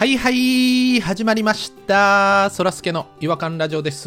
はいはい、始まりました。そらすけの違和感ラジオです。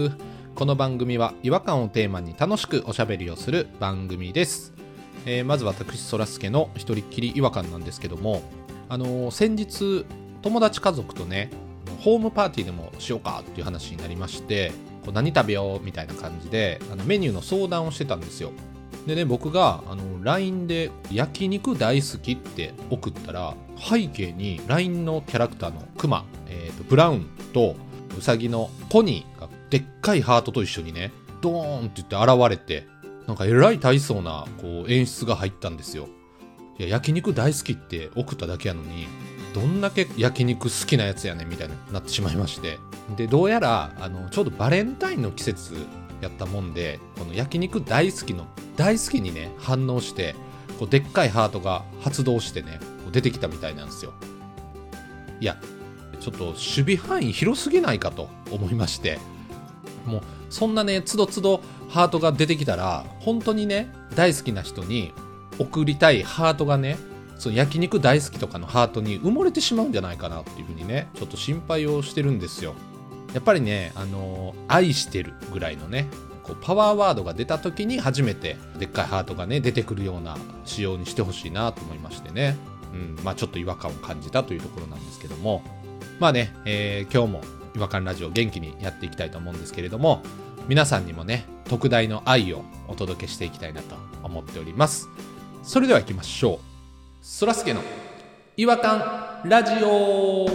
この番組は違和感をテーマに楽しくおしゃべりをする番組です。まず私そらすけの一人っきり違和感なんですけども、先日友達家族とねホームパーティーでもしようかっていう話になりまして、こう何食べようみたいな感じでメニューの相談をしてたんですよ。でね、僕がLINE で焼肉大好きって送ったら、背景に LINE のキャラクターのクマ、ブラウンとウサギのポニーがでっかいハートと一緒にねドーンって言って現れて、なんかえらい大層なこう演出が入ったんですよ。いや、焼肉大好きって送っただけやのにどんだけ焼肉好きなやつやねんみたいになってしまいまして、でどうやらちょうどバレンタインの季節やったもんで、この焼肉大好きの大好きにね反応して、こうでっかいハートが発動してねこう出てきたみたいなんですよ。いやちょっと守備範囲広すぎないかと思いまして、もうそんなねつどつどハートが出てきたら本当にね大好きな人に送りたいハートがね、その焼肉大好きとかのハートに埋もれてしまうんじゃないかなっていうふうにねちょっと心配をしてるんですよ。やっぱりね愛してるぐらいのねこうパワーワードが出た時に初めてでっかいハートがね出てくるような仕様にしてほしいなと思いましてね、まあちょっと違和感を感じたというところなんですけども、まあね、今日も違和感ラジオ元気にやっていきたいと思うんですけれども、皆さんにもね特大の愛をお届けしていきたいなと思っております。それでは行きましょう。そらすけの違和感ラジオ。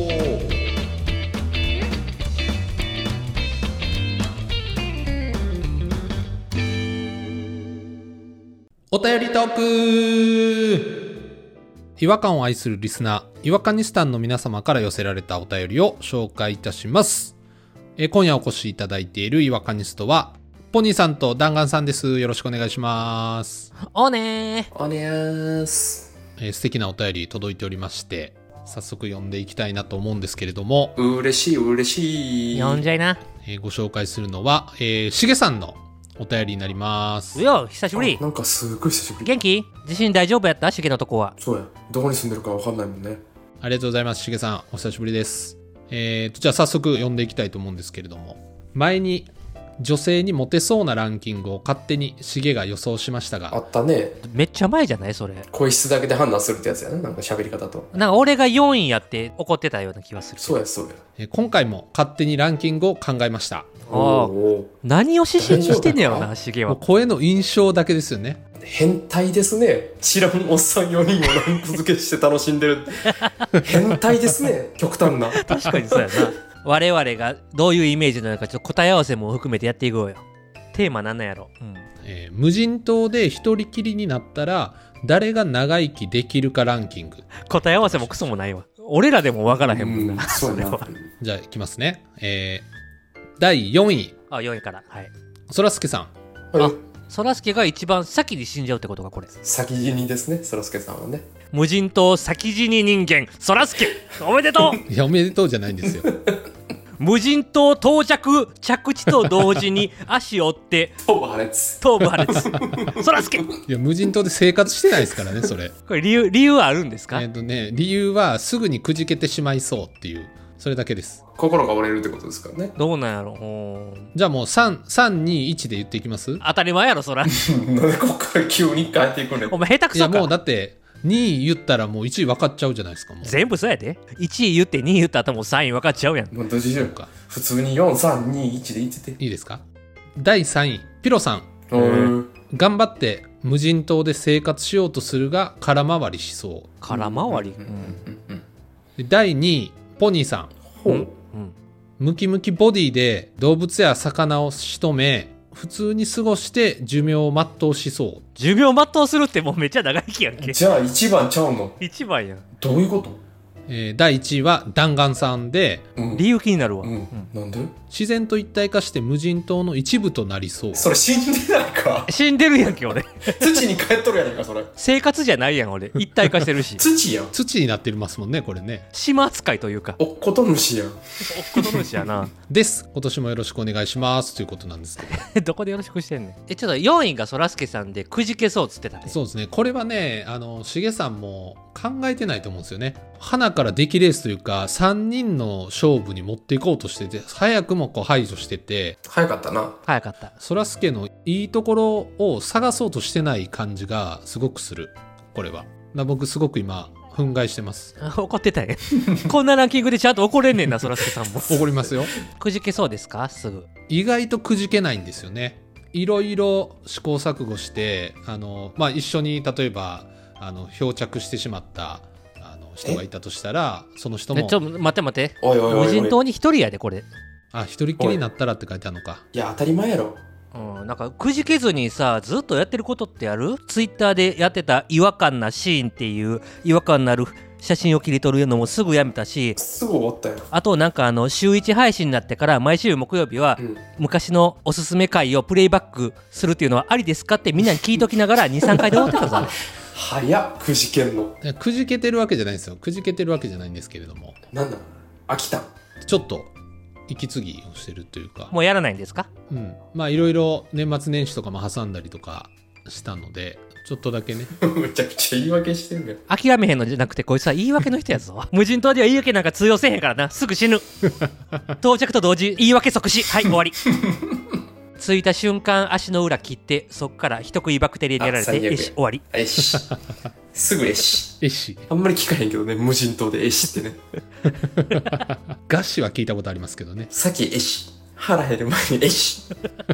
お便りトーク。違和感を愛するリスナー、違和感ニスタンの皆様から寄せられたお便りを紹介いたします。今夜お越しいただいている違和感ニストはポニーさんと弾丸さんです。よろしくお願いします。 おねおねーす。 素敵なお便り届いておりまして、早速読んでいきたいなと思うんですけれども、 嬉しい嬉しい。 読んじゃいな。 ご紹介するのは、しげさんのお便りになります。 うよ、久しぶり。 なんかすごい久しぶり。 元気？地震大丈夫やった？しげのとこは。 そうや、どこに住んでるかわかんないもんね。 ありがとうございます。しげさんお久しぶりです。じゃあ早速読んでいきたいと思うんですけれども、前に女性にモテそうなランキングを勝手にしげが予想しましたが、 あったね。 めっちゃ前じゃないそれ。 声質だけで判断するってやつやね。なんか喋り方と。 なんか俺が4位やって怒ってたような気がする。 そうやそうや。 今回も勝手にランキングを考えました。 お何を指針にしてんねやろな、しげは。 もう声の印象だけですよね。 変態ですね。知らんおっさん4人をランク付けして楽しんでる。変態ですね。極端な。 確かにそうやな。我々がどういうイメージなのか、ちょっと答え合わせも含めてやっていこうよ。テーマなんなんやろ。 無人島で一人きりになったら誰が長生きできるかランキング。 答え合わせもクソもないわ。俺らでも分からへんもんな。 そうやな。 じゃあいきますね。第4位。 あ、4位から。はい。 そらすけさん。 あ、 そらすけが一番先に死んじゃうってことか、これ。 先死にですね、そらすけさんはね。 無人島先死に人間、そらすけおめでとう。 いや、おめでとうじゃないんですよ。 無人島到着、着地と同時に足を折って頭部破裂。 頭部破裂。そらすけ。 いや、無人島で生活してないですからね、それ。 これ理由はあるんですか？ 理由はすぐにくじけてしまいそうっていう、それだけです。 心が折れるってことですからね。 どうなんやろ。 じゃあもう3、2、1で言っていきます？ 当たり前やろ、そら。 なんでこっから急に変えていくねん。 お前下手くいや、 そか。 もうだって2位言ったらもう1位分かっちゃうじゃないですか。もう全部そうやで。1位言って2位言った後も3位分かっちゃうやん。 どっちしようか。普通に4、3、2、1で言ってて。 いいですか？第3位、ピロさん。頑張って無人島で生活しようとするが空回りしそう。 空回り。 で第2位、ポニーさん。ムキムキボディで動物や魚を仕留め普通に過ごして寿命を全うしそう。 寿命全うするってもうめっちゃ長生きやんけ。 じゃあ1番ちゃうの？ 一番やん。 どういうこと？ 第1位は弾丸さんで、 理由気になるわ。 なんで？ 自然と一体化して無人島の一部となりそう。 それ死んでないか？ 死んでるやんけ俺。 土に帰っとるやんかそれ。 生活じゃないやん俺。一体化してるし。 土やん。 土になってますもんね、これね。 島扱いというか。 おっこと主やん。 おっこと主やな。 です。今年もよろしくお願いしますということなんですけど。 どこでよろしくしてんねん。ちょっと4位がそらすけさんでくじけそうっつってたね。 そうですね。これはね、しげさんも考えてないと思うんですよね。 花から出来レースというか3人の勝負に持っていこうとしてて、早くもこう排除してて、 早かったな。 早かった。 そらすけのいいところを探そうとしてない感じがすごくする。これは僕すごく今憤慨してます。 怒ってたんやこんなランキングでちゃんと怒れんねんな、そらすけさんも。 怒りますよ。 くじけそうですか？すぐ。 意外とくじけないんですよね。いろいろ試行錯誤して一緒に例えば漂着してしまった人がいたとしたら、その人もちょっと待っておいおいおいおい、 無人島に一人やでこれ。 一人っきりになったらって書いてあるのか。 いや当たり前やろ。 なんかくじけずにさ、ずっとやってることってある？ツイッターでやってた違和感なシーンっていう違和感のある写真を切り取るのもすぐやめたし、 すぐ終わったよ。 あとなんか週1配信になってから毎週木曜日は昔のおすすめ回をプレイバックするっていうのはありですかってみんなに聞いときながら 2,3 回で終わってたぞ早っ、くじけんの。 くじけてるわけじゃないんですよ。くじけてるわけじゃないんですけれども、 なんだ飽きた。 ちょっと息継ぎをしてるというか、 もうやらないんですか？ いろいろ年末年始とかも挟んだりとかしたので、ちょっっとだけねむちゃくちゃ言い訳してるやん。 諦めへんのじゃなくてこいつは言い訳の人やぞ無人島では言い訳なんか通用せえへんからな。すぐ死ぬ到着と同時言い訳即死。はい終わり着いた瞬間足の裏切ってそっから人食いバクテリアにやられてよし終わり。 えしすぐえしえしあんまり聞かへんけどね、無人島でえしってねガッシュは聞いたことありますけどね。 さっきえし腹減る前にえし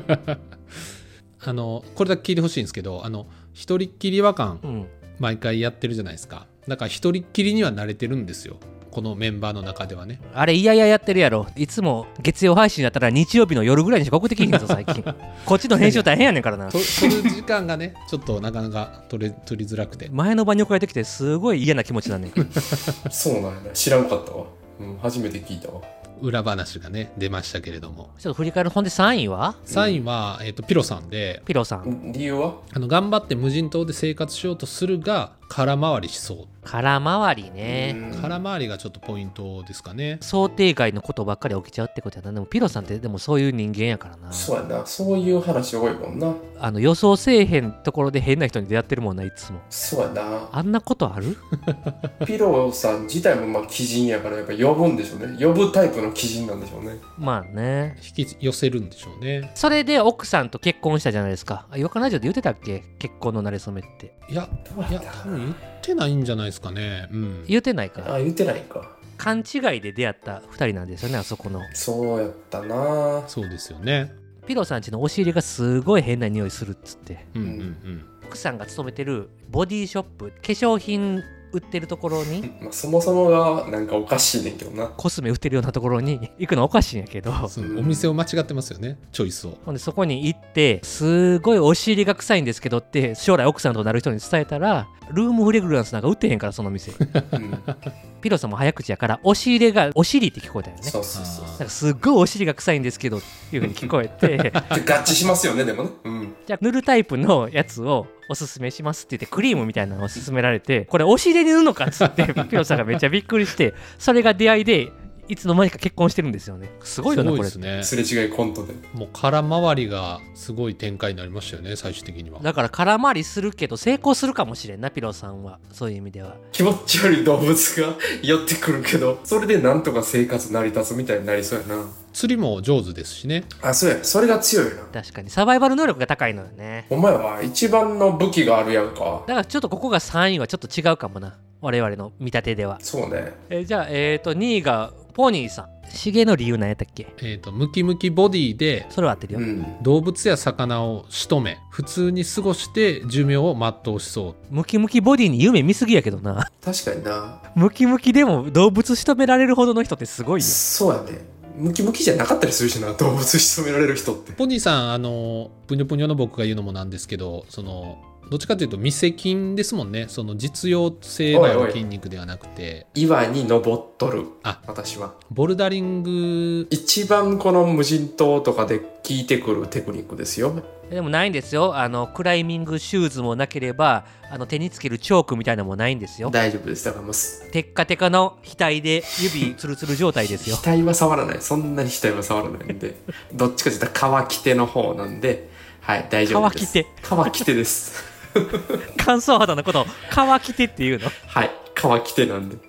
これだけ聞いてほしいんですけど、一人っきり和感、毎回やってるじゃないですか。だから一人っきりには慣れてるんですよ、このメンバーの中ではね。 あれいやいややってるやろ。いつも月曜配信やったら日曜日の夜ぐらいにしか送ってきへんぞ最近こっちの編集大変やねんからな取る時間がねちょっとなかなか取りづらくて前の晩に送られてきてすごい嫌な気持ちだねそうなんやね、知らんかったわ、初めて聞いたわ。 裏話がね出ましたけれども、 ちょっと振り返る。ほんで3位は 3位は、ピロさんで、 ピロさん理由は頑張って無人島で生活しようとするが空回りしそう。 空回りね。 空回りがちょっとポイントですかね。 想定外のことばっかり起きちゃうってことやな。でもピロさんってでもそういう人間やからな。 そうやな、そういう話多いもんな。 予想せえへんところで変な人に出会ってるもんな、いつも。 そうやな、 あんなことあるピロさん自体もまあ鬼人やからやっぱ呼ぶんでしょうね。呼ぶタイプの鬼人なんでしょうね。 まあね。 引き寄せるんでしょうね。 それで奥さんと結婚したじゃないですか。よかラジオで言ってたっけ、結婚の馴れ初めって。 いや多分言ってないんじゃないですかね。 言ってないか。 あ、言ってないか。 勘違いで出会った2人なんですよね、あそこの。 そうやったな。 そうですよね。 ピロさんちの押し入れがすごい変な匂いするっつって、奥さんが勤めてるボディショップ、化粧品売ってるところにまあ、そもそもがなんかおかしいねんけどな。 コスメ売ってるようなところに行くのはおかしいんやけど、 お店を間違ってますよね、チョイスを。 ほんでそこに行ってすごい押し入れが臭いんですけどって将来奥さんとなる人に伝えたら、ルームフレグランスなんか売ってへんからその店ピロさんも早口やから押し入れがお尻って聞こえたよね。 そうそうそう。 なんかすっごいお尻が臭いんですけどっていう風に聞こえて合致しますよね、でもね。 じゃあ塗るタイプのやつをおすすめしますって言ってクリームみたいなのを勧められて、これお尻で塗るのかっつってピロさんがめっちゃびっくりして、それが出会いでいつの間にか結婚してるんですよね。すごいよなこれ。 すごいですね。すれ違いコントでもう空回りがすごい展開になりましたよね、最終的には。 だから空回りするけど成功するかもしれんな、ピロさんは。そういう意味では気持ち悪い動物が寄ってくるけど、それでなんとか生活成り立つみたいになりそうやな。 釣りも上手ですしね。 あ、そうや、それが強いな。 確かにサバイバル能力が高いのよね。 お前は一番の武器があるやんか。 だからちょっとここが3位はちょっと違うかもな、我々の見立てでは。 そうね。 じゃあ2位がポニーさん。シゲの理由何やったっけ。 ムキムキボディでそれは合ってるよ、 動物や魚を仕留め普通に過ごして寿命を全うしそう。 ムキムキボディに夢見すぎやけどな確かにな。 ムキムキでも動物仕留められるほどの人ってすごいよ。 そうやね。ムキムキじゃなかったりするしな、動物仕留められる人って。 ポニーさんぷにょぷにょの僕が言うのもなんですけど、どっちかというと未施筋ですもんね。実用性のある筋肉ではなくて、 岩に登っとる。 あ、 私はボルダリング一番この無人島とかで効いてくるテクニックですよ。 でもないんですよ。クライミングシューズもなければ手につけるチョークみたいなのもないんですよ。 大丈夫です。だからもうテッカテカの額で指ツルツル状態ですよ額は触らない。そんなに額は触らないんでどっちかというと乾き手の方なんで、はい大丈夫です。乾き手です乾燥肌のことを乾き手っていうの。 はい乾き手なんで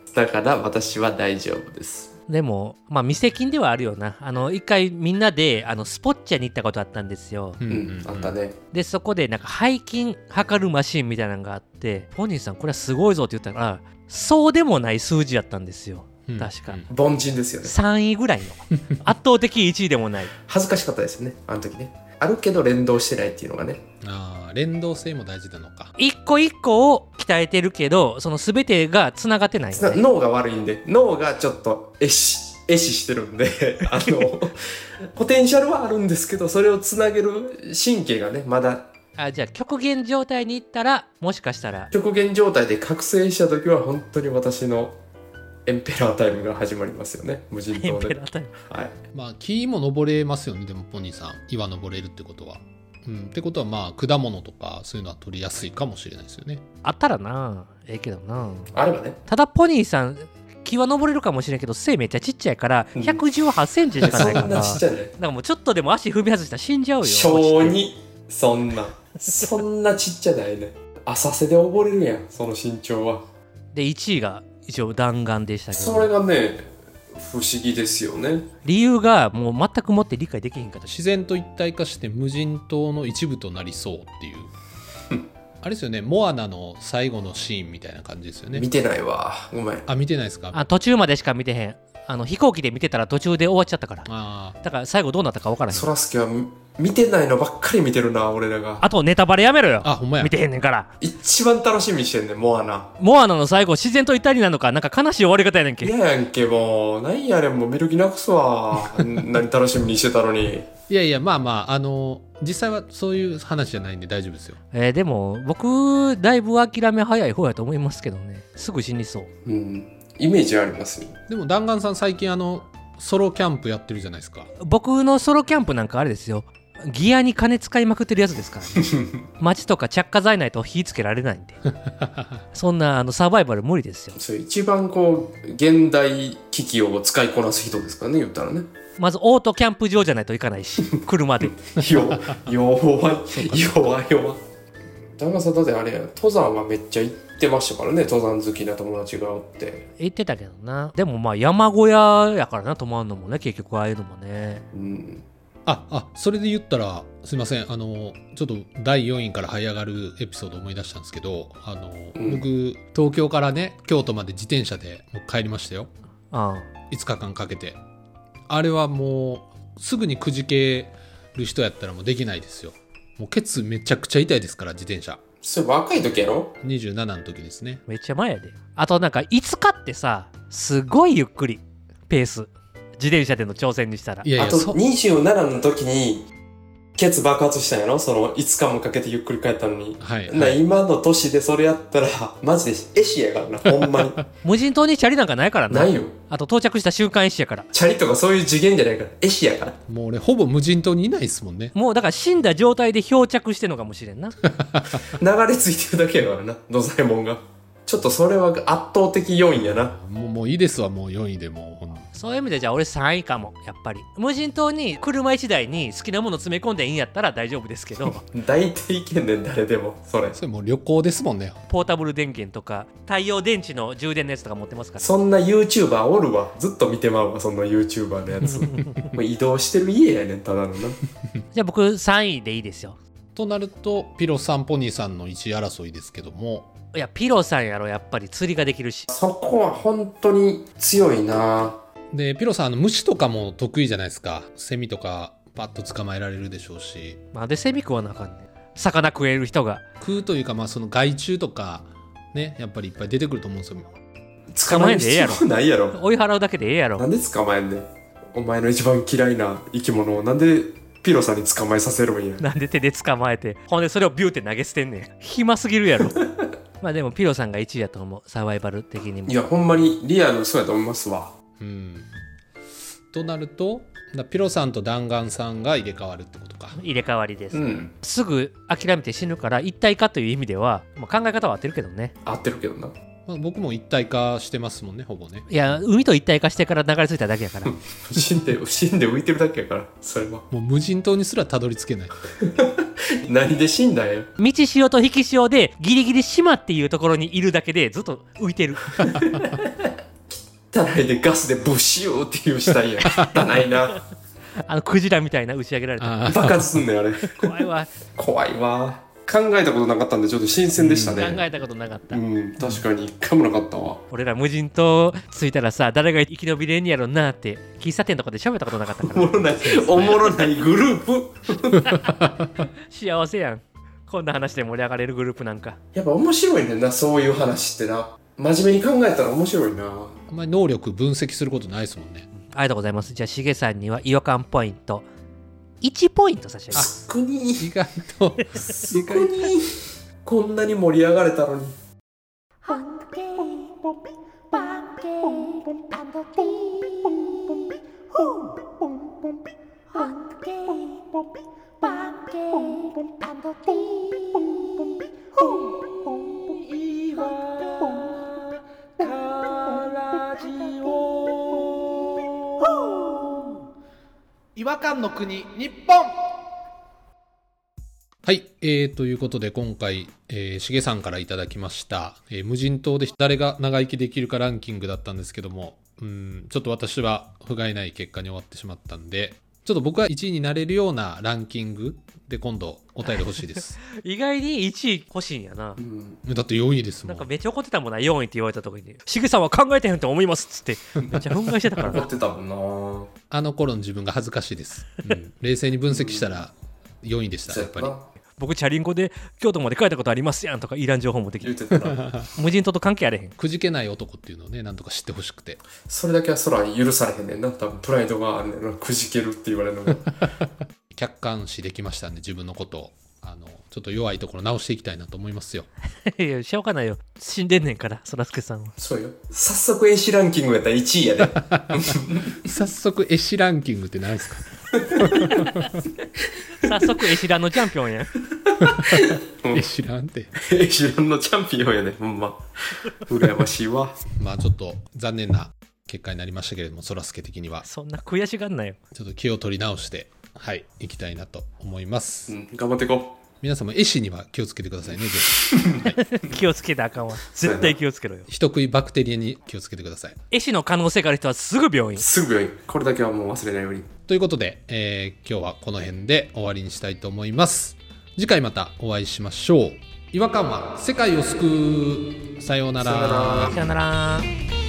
だから私は大丈夫です。 でもまあ未成金ではあるよな。一回みんなでスポッチャに行ったことあったんですよ。 あったね。 でそこでなんか背筋測るマシンみたいなのがあって、ポニーさんこれはすごいぞって言ったら、そうでもない数字だったんですよ。確か、 凡人ですよね。 3位ぐらいの圧倒的1位でもない。 恥ずかしかったですよね、あの時ね。あるけど連動してないっていうのがね。 連動性も大事なのか。 一個一個を鍛えてるけど、その全てがつながってないよね。 脳が悪いんで、脳がちょっと壊死してるんでポテンシャルはあるんですけど、それをつなげる神経がねまだ。 じゃあ極限状態に行ったら、もしかしたら極限状態で覚醒した時は本当に私のエンペラータイムが始まりますよね、無人島で。 エンペラータイム、 はい。 まあ木も登れますよね。でもポニーさん岩登れるってことは、ってことはまあ果物とかそういうのは取りやすいかもしれないですよね。 あったらな、けどな。 あればね。 ただポニーさん木は登れるかもしれんけど、背めっちゃちっちゃいから118センチしかないから、 そんなちっちゃいね。 だからもうちょっとでも足踏み外したら死んじゃうよ。 小2、そんなちっちゃないね。浅瀬で溺れるやん、その身長は。 で1位が一応弾丸でしたけど、 それがね不思議ですよね。 理由がもう全くもって理解できへんかった。 自然と一体化して無人島の一部となりそうっていうあれですよね、モアナの最後のシーンみたいな感じですよね。 見てないわ、ごめん。 見てないですか。 途中までしか見てへん。飛行機で見てたら途中で終わっちゃったから。だから最後どうなったか分からへん。 そらすけは見てないのばっかり見てるな、俺らが。 あとネタバレやめろよ。 ほんまや。 見てへんねんから。 一番楽しみにしてんねん、モアナの最後自然と一体になるのか、なんか悲しい終わり方やねんけ。 嫌やんけ、もう何やねん、もう見る気なくすわ何楽しみにしてたのに。 いやいや、まあ実際はそういう話じゃないんで大丈夫ですよ。 でも僕だいぶ諦め早い方やと思いますけどね。すぐ死にそう。 イメージありますよ。 でも弾丸さん最近ソロキャンプやってるじゃないですか。 僕のソロキャンプなんかあれですよ、ギアに金使いまくってるやつですからね街とか着火剤ないと火つけられないんでそんなサバイバル無理ですよ。 それ一番こう現代機器を使いこなす人ですからね、言ったらね。 まずオートキャンプ場じゃないといかないし車で弱旦那さんだってあれや、登山はめっちゃ行ってましたからね、登山好きな友達がおって。 行ってたけどな。でもまあ山小屋やからな、泊まるのもね、結局ああいうのもね。 それで言ったらすいません、ちょっと第4位から這い上がるエピソードを思い出したんですけど、僕東京からね京都まで自転車でもう帰りましたよ。5日間かけて。あれはもうすぐにくじける人やったらもうできないですよ。もうケツめちゃくちゃ痛いですから、自転車。 それ若い時やろ。 27の時ですね。 めっちゃ前やで。あとなんか5日ってさ、すごいゆっくりペース、自転車での挑戦にしたら。 あと27の時にケツ爆発したんやろ、その5日もかけてゆっくり帰ったのに。今の年でそれやったらマジで絵師やからな、ほんまに無人島にチャリなんかないからな。 ないよ。 あと到着した瞬間絵師やから。 チャリとかそういう次元じゃないから、絵師やから。 もう俺ほぼ無人島にいないですもんね。 もうだから死んだ状態で漂着してんのかもしれんな流れ着いてるだけやからな、ドザエモンが。ちょっとそれは圧倒的4位やな。 もういいですわ、もう4位でもう。 そういう意味でじゃあ俺3位かも。やっぱり無人島に車1台に好きなもの詰め込んでいいんやったら大丈夫ですけど大体いけんねん、誰でも。それもう旅行ですもんね。 ポータブル電源とか太陽電池の充電のやつとか持ってますから。 そんな YouTuber おるわ、ずっと見てまうわ、そんな YouTuber のやつもう移動してる家やねん、ただのなじゃあ僕3位でいいですよ。 となるとピロさんポニーさんの1位争いですけども、 いやピロさんやろ、やっぱり釣りができるし。 そこは本当に強いな。 でピロさん虫とかも得意じゃないですか。セミとかパッと捕まえられるでしょうし。 でセミ食わなあかんねん。魚食える人が食うというか、その害虫とかね、やっぱりいっぱい出てくると思うんですよ。 捕まえんでええやろ。 ないやろ。 追い払うだけでええやろ。 なんで捕まえんねん。お前の一番嫌いな生き物をなんでピロさんに捕まえさせるんや。 なんで手で捕まえて、ほんでそれをビューって投げ捨てんねん。暇すぎるやろでもピロさんが1位やと思う、サバイバル的にも。 いやほんまにリアルそうやと思いますわ。 となるとピロさんと弾丸さんが入れ替わるってことか。 入れ替わりです、すぐ諦めて死ぬから一体化という意味では、考え方は合ってるけどね。 合ってるけどな。 僕も一体化してますもんね、ほぼね。 いや海と一体化してから流れ着いただけやから死んで浮いてるだけやから。それはもう無人島にすらたどり着けない何で死んだんや。 道潮と引き潮でギリギリ島っていうところにいるだけでずっと浮いてる汚いでガスでブシューっていうしたんや。汚いな。 クジラみたいな打ち上げられた。 爆発すんねんあれ。 怖いわ。 怖いわ。考えたことなかったんでちょっと新鮮でしたね。 考えたことなかった。 確かに一回もなかったわ。 俺ら無人島着いたらさ、誰が生き延びれんやろなって喫茶店とかで喋ったことなかったから。 おもろないグループ。幸せやん。こんな話で盛り上がれるグループなんか。 やっぱ面白いねんな、そういう話ってな。真面目に考えたら面白いな。 あんまり能力分析することないですもんね。 ありがとうございます。じゃあしげさんには違和感ポイント1ポイント差し上げます。 意外とこんなに盛り上がれたのに。 違和感の国日本。はい、ということで今回、しげさんからいただきました、無人島で誰が長生きできるかランキングだったんですけども、ちょっと私は不甲斐ない結果に終わってしまったんで、ちょっと僕は1位になれるようなランキングで今度お便り欲しいです意外に1位欲しいんやな、 だって4位ですもん。 なんかめっちゃ怒ってたもんな、4位って言われた時にしげさんは考えてへんと思いますっつってめっちゃ憤慨してたから怒ってたもんな。 あの頃の自分が恥ずかしいです、冷静に分析したら4位でした、やっぱり。 僕チャリンコで京都まで帰ったことありますやんとかいらん情報もできる無人島と関係あれへん。 くじけない男っていうのをね、なんとか知ってほしくて。 それだけはそら許されへんねんな。多分プライドがあるねんな、くじけるって言われるのが客観視できましたんで、自分のことをちょっと弱いところ直していきたいなと思いますよいやしょうがないよ、死んでんねんからそらすけさんは。 そうよ。早速絵師ランキングやったら1位やで早速絵師ランキングって何ですか早速絵師ランのチャンピオンや絵師ランって絵師ランのチャンピオンやね、ほんま羨ましいわまあちょっと残念な結果になりましたけれども、そらすけ的にはそんな悔しがんなよ。 ちょっと気を取り直してはいいきたいなと思います、 頑張っていこう。 皆さんも絵師には気をつけてくださいね、ぜひ、はい、 気をつけてあかんわ、絶対気をつけろよ。 人食いバクテリアに気をつけてください。 絵師の可能性がある人はすぐ病院、 すぐ病院。これだけはもう忘れないように。 ということで、今日はこの辺で終わりにしたいと思います。次回またお会いしましょう。違和感は世界を救う。さようなら。 さようなら。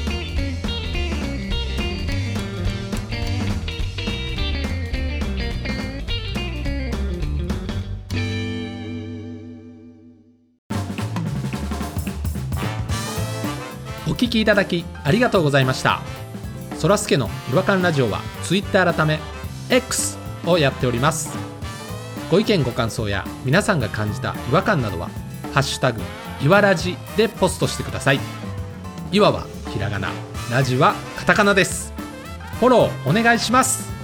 お聞きいただきありがとうございました。そらすけの違和感ラジオは Twitter 改め X をやっております。ご意見ご感想や皆さんが感じた違和感などはハッシュタグいわらじでポストしてください。いわはひらがな、ラジはカタカナです。フォローお願いします。